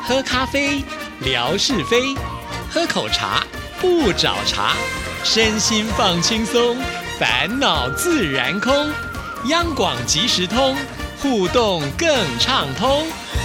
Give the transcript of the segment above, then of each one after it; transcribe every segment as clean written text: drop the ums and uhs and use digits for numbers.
喝咖啡，聊是非；喝口茶，不找茬。身心放轻松，烦恼自然空。央广即时通，互动更畅通。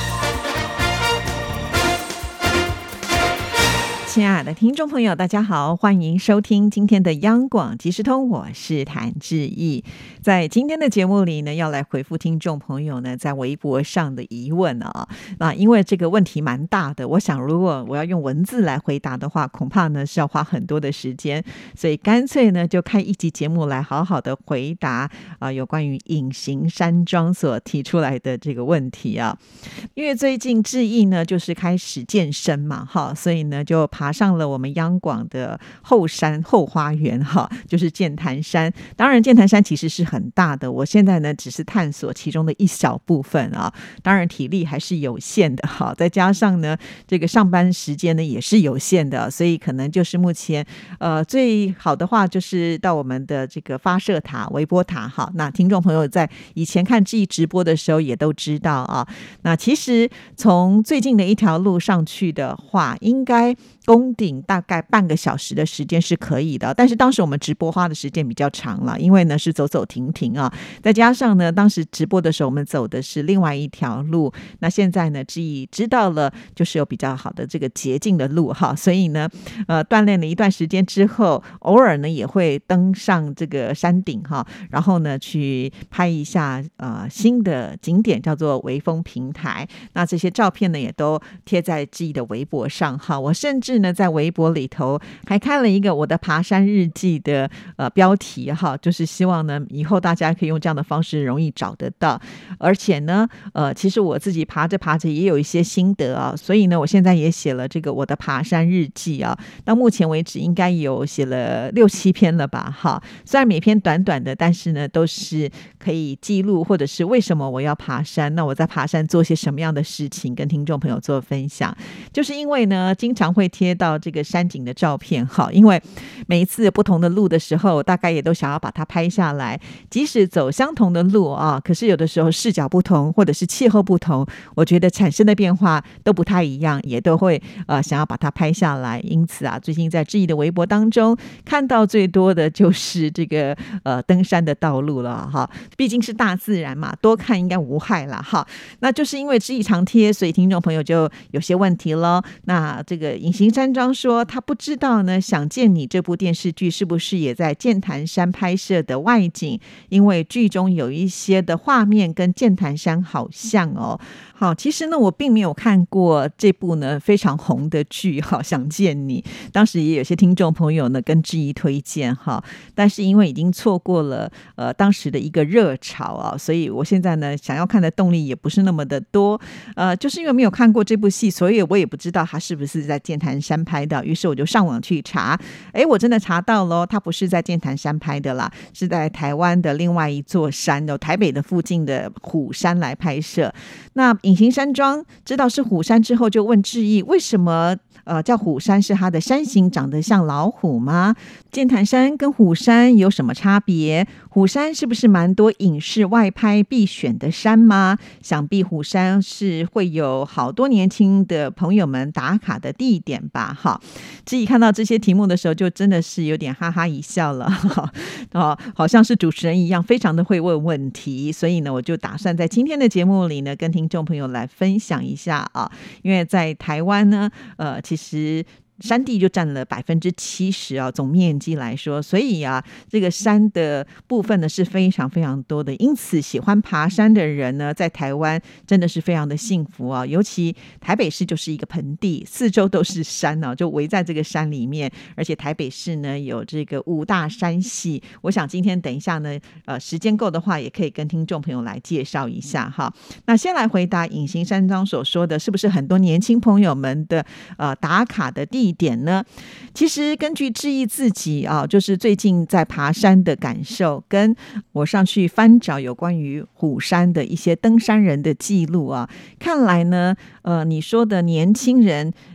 亲爱的听众朋友，大家好，欢迎收听今天的央广即时通，我是谭志毅。在今天的节目里呢，要来回复听众朋友呢在微博上的疑问啊。那因为这个问题蛮大的，我想如果我要用文字来回答的话，恐怕呢是要花很多的时间，所以干脆呢就开一集节目来好好的回答有关于隐形山庄所提出来的这个问题啊。因为最近志毅呢就是开始健身嘛，所以呢就爬上了我们央广的后山后花园就是剑潭山。当然剑潭山其实是很大的，我现在呢只是探索其中的一小部分啊，当然体力还是有限的再加上呢这个上班时间呢也是有限的，所以可能就是目前最好的话就是到我们的这个发射塔微波塔那听众朋友在以前看志毅直播的时候也都知道啊。那其实从最近的一条路上去的话，应该攻顶大概半个小时的时间是可以的，但是当时我们直播花的时间比较长了，因为呢是走走停停啊，再加上呢当时直播的时候我们走的是另外一条路，那现在呢志毅知道了就是有比较好的这个捷径的路所以呢锻炼了一段时间之后，偶尔呢也会登上这个山顶然后呢去拍一下新的景点叫做微风平台，那这些照片呢也都贴在志毅的微博上我甚至呢在微博里头还开了一个我的爬山日记的标题就是希望呢以后大家可以用这样的方式容易找得到。而且呢其实我自己爬着爬着也有一些心得所以呢我现在也写了这个我的爬山日记到目前为止应该有写了6-7篇了吧虽然每篇短短的，但是呢都是可以记录或者是为什么我要爬山，那我在爬山做些什么样的事情跟听众朋友做分享。就是因为呢经常会贴到这个山景的照片因为每一次不同的路的时候大概也都想要把它拍下来，即使走相同的路可是有的时候视角不同或者是气候不同，我觉得产生的变化都不太一样，也都会想要把它拍下来。因此最近在志毅的微博当中看到最多的就是这个登山的道路了毕竟是大自然嘛，多看应该无害啦那就是因为志毅常贴，所以听众朋友就有些问题了。那这个隐形山庄说他不知道呢想见你这部电视剧是不是也在剑潭山拍摄的外景，因为剧中有一些的画面跟剑潭山好像好，其实呢我并没有看过这部呢非常红的剧想见你，当时也有些听众朋友呢跟志毅推荐但是因为已经错过了当时的一个热潮所以我现在呢想要看的动力也不是那么的多就是因为没有看过这部戏，所以我也不知道它是不是在剑潭山拍的，于是我就上网去查，我真的查到了，它不是在剑潭山拍的啦，是在台湾的另外一座山台北的附近的虎山来拍摄。那隐形山庄知道是虎山之后，就问志毅为什么叫虎山，是它的山形长得像老虎吗？剑潭山跟虎山有什么差别？虎山是不是蛮多影视外拍必选的山吗？想必虎山是会有好多年轻的朋友们打卡的地点吧志毅看到这些题目的时候就真的是有点哈哈一笑了好像是主持人一样非常的会问问题，所以呢我就打算在今天的节目里呢跟听众朋友来分享一下因为在台湾呢其实山地就占了70%总面积来说，所以这个山的部分呢是非常非常多的，因此喜欢爬山的人呢在台湾真的是非常的幸福尤其台北市就是一个盆地，四周都是山就围在这个山里面，而且台北市呢有这个5大山系，我想今天等一下呢时间够的话也可以跟听众朋友来介绍一下那先来回答隐形山庄所说的是不是很多年轻朋友们的打卡的地点呢？其实根据志毅自己就是最近在爬山的感受，跟我上去翻找有关于虎山的一些登山人的记录看来呢你说的年轻人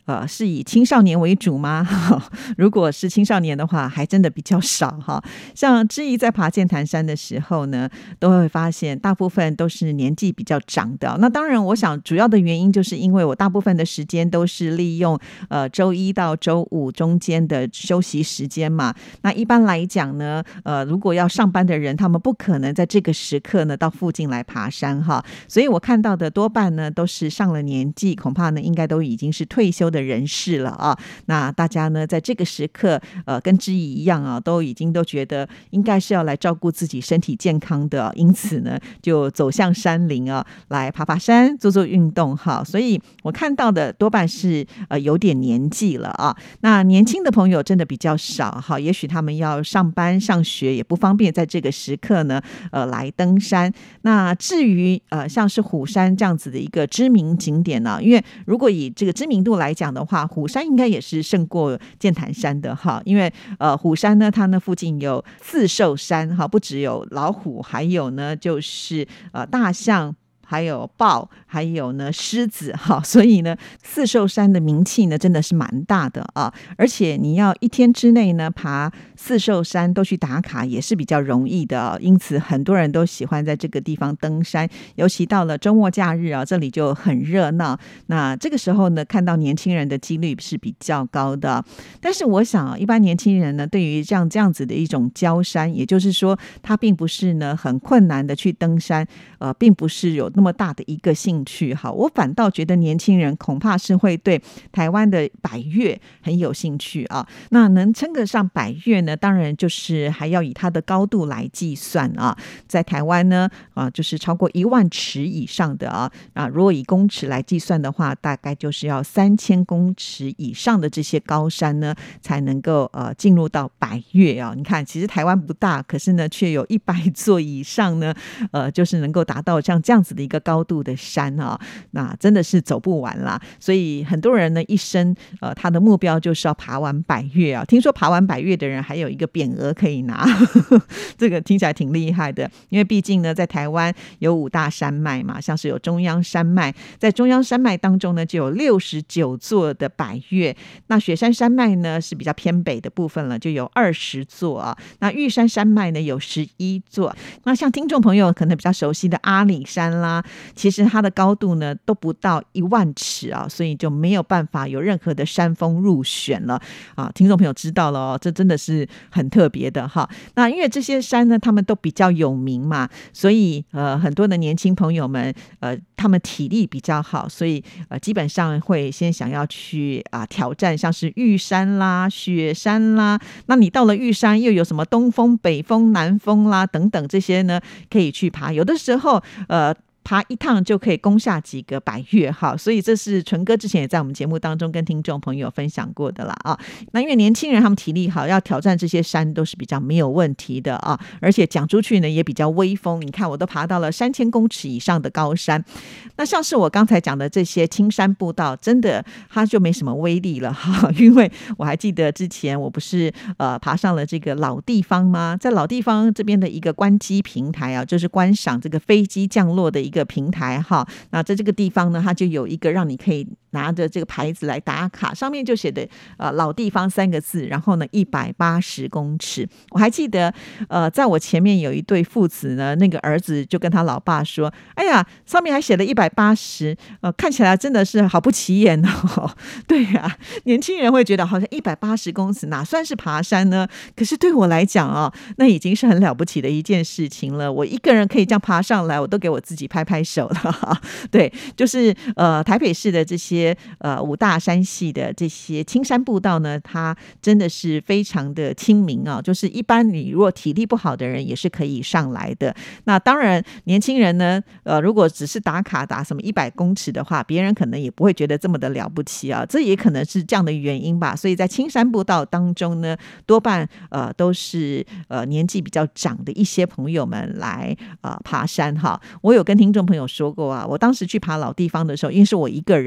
是以青少年为主吗？如果是青少年的话，还真的比较少哈。像之怡在爬剑潭山的时候呢，都会发现大部分都是年纪比较长的。那当然，我想主要的原因就是因为我大部分的时间都是利用周一到周五中间的休息时间嘛。那一般来讲呢，如果要上班的人，他们不可能在这个时刻呢到附近来爬山哈。所以我看到的多半呢都是上了年纪，恐怕呢应该都已经是退休的人士了啊。那大家呢在这个时刻跟之怡一样啊，都已经都觉得应该是要来照顾自己身体健康的，因此呢就走向山林啊，来爬爬山做做运动哈。所以我看到的多半是有点年纪了啊。那年轻的朋友真的比较少哈，也许他们要上班上学也不方便在这个时刻呢来登山。那至于像是虎山这样子的一个知名景点呢，因为如果以这个知名度来讲的话，虎山应该也是胜过剑潭山的哈。因为虎山呢，它那附近有四兽山哈，不只有老虎，还有呢就是大象，还有豹，还有呢狮子哈，所以呢四兽山的名气呢真的是蛮大的啊。而且你要一天之内呢爬四兽山都去打卡也是比较容易的啊，因此很多人都喜欢在这个地方登山，尤其到了周末假日啊，这里就很热闹。那这个时候呢，看到年轻人的几率是比较高的。但是我想一般年轻人呢，对于这样子的一种郊山，也就是说他并不是呢很困难的去登山，并不是有那么大的一个兴趣哈。我反倒觉得年轻人恐怕是会对台湾的百岳很有兴趣啊。那能称得上百岳呢，当然就是还要以它的高度来计算啊。在台湾呢就是超过1万尺以上的啊，如果以公尺来计算的话，大概就是要3000公尺以上的这些高山呢，才能够进入到百岳啊。你看，其实台湾不大，可是呢却有100座以上呢，就是能够达到像这样子的一个高度的山啊，那真的是走不完啦。所以很多人呢一生他的目标就是要爬完百岳啊。听说爬完百岳的人还有一个匾额可以拿这个听起来挺厉害的。因为毕竟呢在台湾有5大山脉嘛，像是有中央山脉，在中央山脉当中呢就有69座的百岳。那雪山山脉呢是比较偏北的部分了，就有20座啊。那玉山山脉呢有11座。那像听众朋友可能比较熟悉的阿里山啦，其实它的高度呢都不到1万尺啊，所以就没有办法有任何的山峰入选了啊。听众朋友知道了哦，这真的是很特别的哈。那因为这些山呢他们都比较有名嘛，所以很多的年轻朋友们他们体力比较好，所以基本上会先想要去挑战像是玉山啦、雪山啦。那你到了玉山又有什么东峰、北峰、南峰啦等等，这些呢可以去爬。有的时候爬一趟就可以攻下几个百岳哈，所以这是纯哥之前也在我们节目当中跟听众朋友分享过的啦啊。那因为年轻人他们体力好，要挑战这些山都是比较没有问题的啊，而且讲出去呢也比较威风。你看我都爬到了3000公尺以上的高山，那像是我刚才讲的这些青山步道，真的它就没什么威力了哈。因为我还记得之前我不是爬上了这个老地方吗？在老地方这边的一个观机平台啊，就是观赏这个飞机降落的一个平台哈。那在这个地方呢，它就有一个让你可以拿着这个牌子来打卡，上面就写的老地方3个字，然后呢180公尺。我还记得在我前面有一对父子呢，那个儿子就跟他老爸说，哎呀，上面还写了180，看起来真的是好不起眼哦。对啊，年轻人会觉得好像180公尺哪算是爬山呢？可是对我来讲那已经是很了不起的一件事情了。我一个人可以这样爬上来，我都给我自己拍拍手了。对，就是台北市的这些5大山系的这些青山步道呢，它真的是非常的亲民啊，就是一般你如果体力不好的人也是可以上来的。那当然年轻人呢如果只是打卡打什么100公尺的话，别人可能也不会觉得这么的了不起啊，这也可能是这样的原因吧。所以在青山步道当中呢，多半都是年纪比较长的一些朋友们来爬山哈。我有跟听众朋友说过啊，我当时去爬老地方的时候，因为是我一个人嘛，你知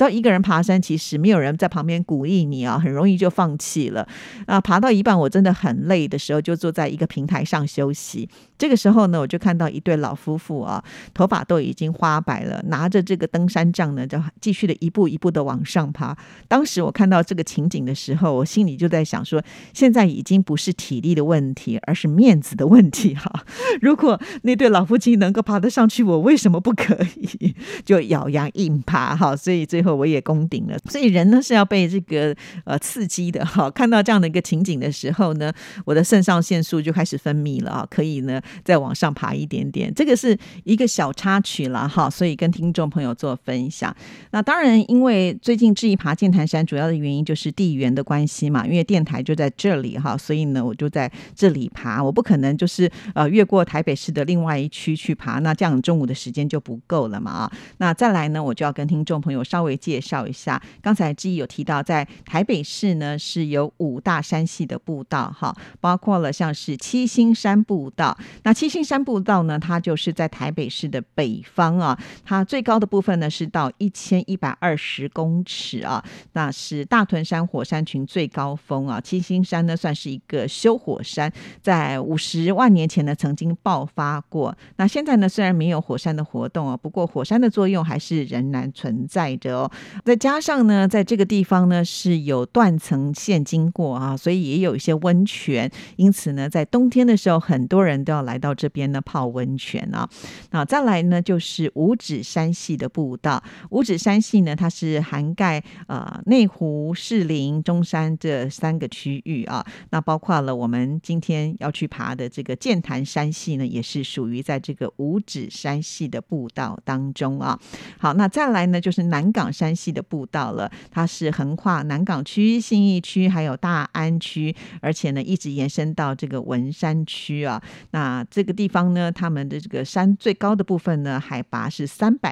知道一个人爬山其实没有人在旁边鼓励你啊，很容易就放弃了爬到一半我真的很累的时候，就坐在一个平台上休息。这个时候呢，我就看到一对老夫妇啊，头发都已经花白了，拿着这个登山杖呢，就继续的一步一步的往上爬。当时我看到这个情景的时候，我心里就在想说，现在已经不是体力的问题，而是面子的问题哈。如果那对老夫妻能够爬得上去，我为什么不可以？就咬牙硬爬哈，所以最后我也攻顶了。所以人呢是要被这个刺激的哈。看到这样的一个情景的时候呢，我的肾上腺素就开始分泌了啊，可以呢再往上爬一点点。这个是一个小插曲啦哈，所以跟听众朋友做分享。那当然，因为最近志毅爬剑潭山主要的原因就是地缘的关系嘛，因为电台就在这里哈，所以呢我就在这里爬，我不可能就是越过台北市的另外一区去爬，那这样中午的时间就不够了嘛啊。那再来呢，我就要跟听众朋友稍微介绍一下，刚才志毅有提到，在台北市呢是有5大山系的步道哈，包括了像是七星山步道。那七星山步道呢，它就是在台北市的北方啊，它最高的部分呢是到1120公尺啊，那是大屯山火山群最高峰啊。七星山呢算是一个休火山，在50万年前呢曾经爆发过。那现在呢虽然没有火山的活动啊，不过火山的作用还是仍然存在的哦。再加上呢，在这个地方呢是有断层线经过啊，所以也有一些温泉，因此呢在冬天的时候很多人都要来到这边呢泡温泉啊。那再来呢就是五指山系的步道。五指山系呢它是涵盖内湖、士林、中山这3个区域啊，那包括了我们今天要去爬的这个剑潭山系呢，也是属于在这个五指山系的步道当中啊。好，那再来呢就是南港山系的步道了，它是横跨南港区、信义区还有大安区，而且呢一直延伸到这个文山区啊。那这个地方呢，他们的这个山最高的部分呢，海拔是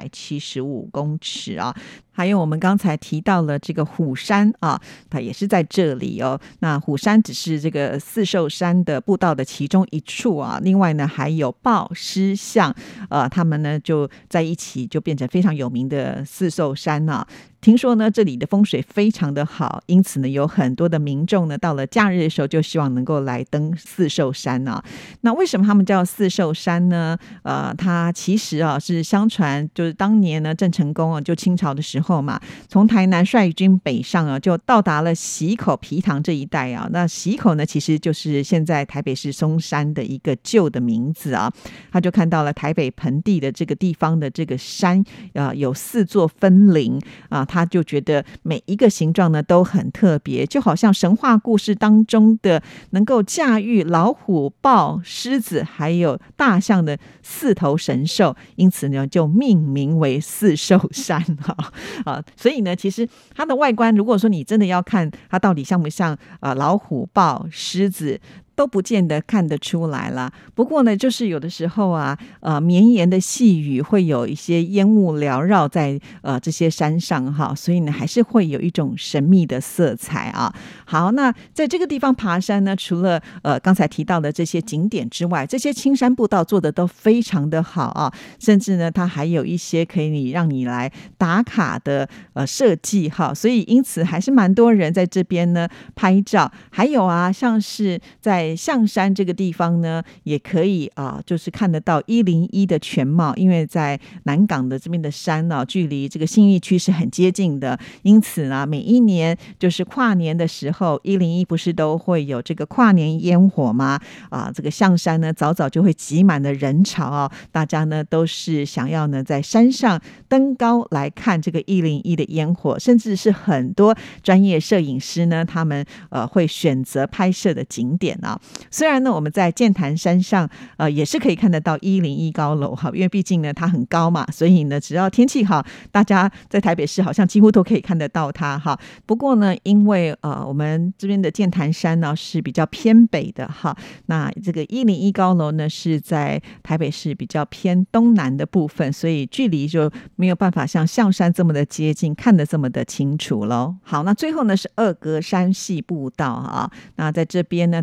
375公尺啊。还有我们刚才提到了这个虎山啊，它也是在这里哦。那虎山只是这个四兽山的步道的其中一处啊，另外呢还有豹、狮、象，他们呢就在一起，就变成非常有名的四兽山啊。听说呢这里的风水非常的好，因此呢有很多的民众呢到了假日的时候就希望能够来登四兽山啊。那为什么他们叫四兽山呢？它其实啊是相传就是当年呢郑成功就清朝的时候嘛，从台南率军北上啊，就到达了溪口、皮塘这一带啊。那溪口呢其实就是现在台北市松山的一个旧的名字啊。他就看到了台北盆地的这个地方的这个山有4座分灵啊，他就觉得每一个形状呢都很特别，就好像神话故事当中的能够驾驭老虎、豹、狮子还有大象的4头神兽，因此呢就命名为四兽山所以呢其实它的外观，如果说你真的要看它到底像不像老虎、豹、狮子，都不见得看得出来啦。不过呢就是有的时候啊绵延的细雨会有一些烟雾缭绕在这些山上哈，所以呢还是会有一种神秘的色彩啊。好，那在这个地方爬山呢，除了刚才提到的这些景点之外，这些青山步道做的都非常的好啊，甚至呢它还有一些可以让你来打卡的设计哈，所以因此还是蛮多人在这边呢拍照。还有啊像是在象山这个地方呢也可以就是看得到101的全貌，因为在南港的这边的山距离这个信义区是很接近的，因此呢每一年就是跨年的时候101不是都会有这个跨年烟火吗？这个象山呢早早就会挤满了人潮大家呢都是想要呢在山上登高来看这个101的烟火，甚至是很多专业摄影师呢他们会选择拍摄的景点虽然呢我们在剑潭山上也是可以看得到101高楼因为毕竟呢它很高嘛，所以呢只要天气好，大家在台北市好像几乎都可以看得到它不过呢因为我们这边的剑潭山呢是比较偏北的那这个101高楼呢是在台北市比较偏东南的部分，所以距离就没有办法像象山这么的接近，看得这么的清楚咯。好，那最后呢是二格山系步道那在这边呢它的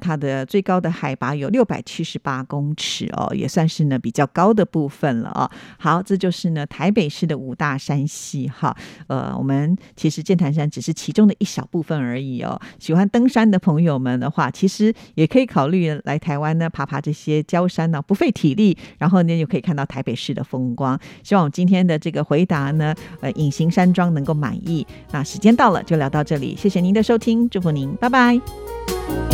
最高的海拔有678公尺哦，也算是呢比较高的部分了哦。好，这就是呢台北市的5大山系哈。我们其实剑潭山只是其中的一小部分而已哦。喜欢登山的朋友们的话，其实也可以考虑来台湾呢爬这些郊山呢，不费体力，然后呢就可以看到台北市的风光。希望我今天的这个回答呢，隐形山庄能够满意。那时间到了，就聊到这里，谢谢您的收听，祝福您，拜拜。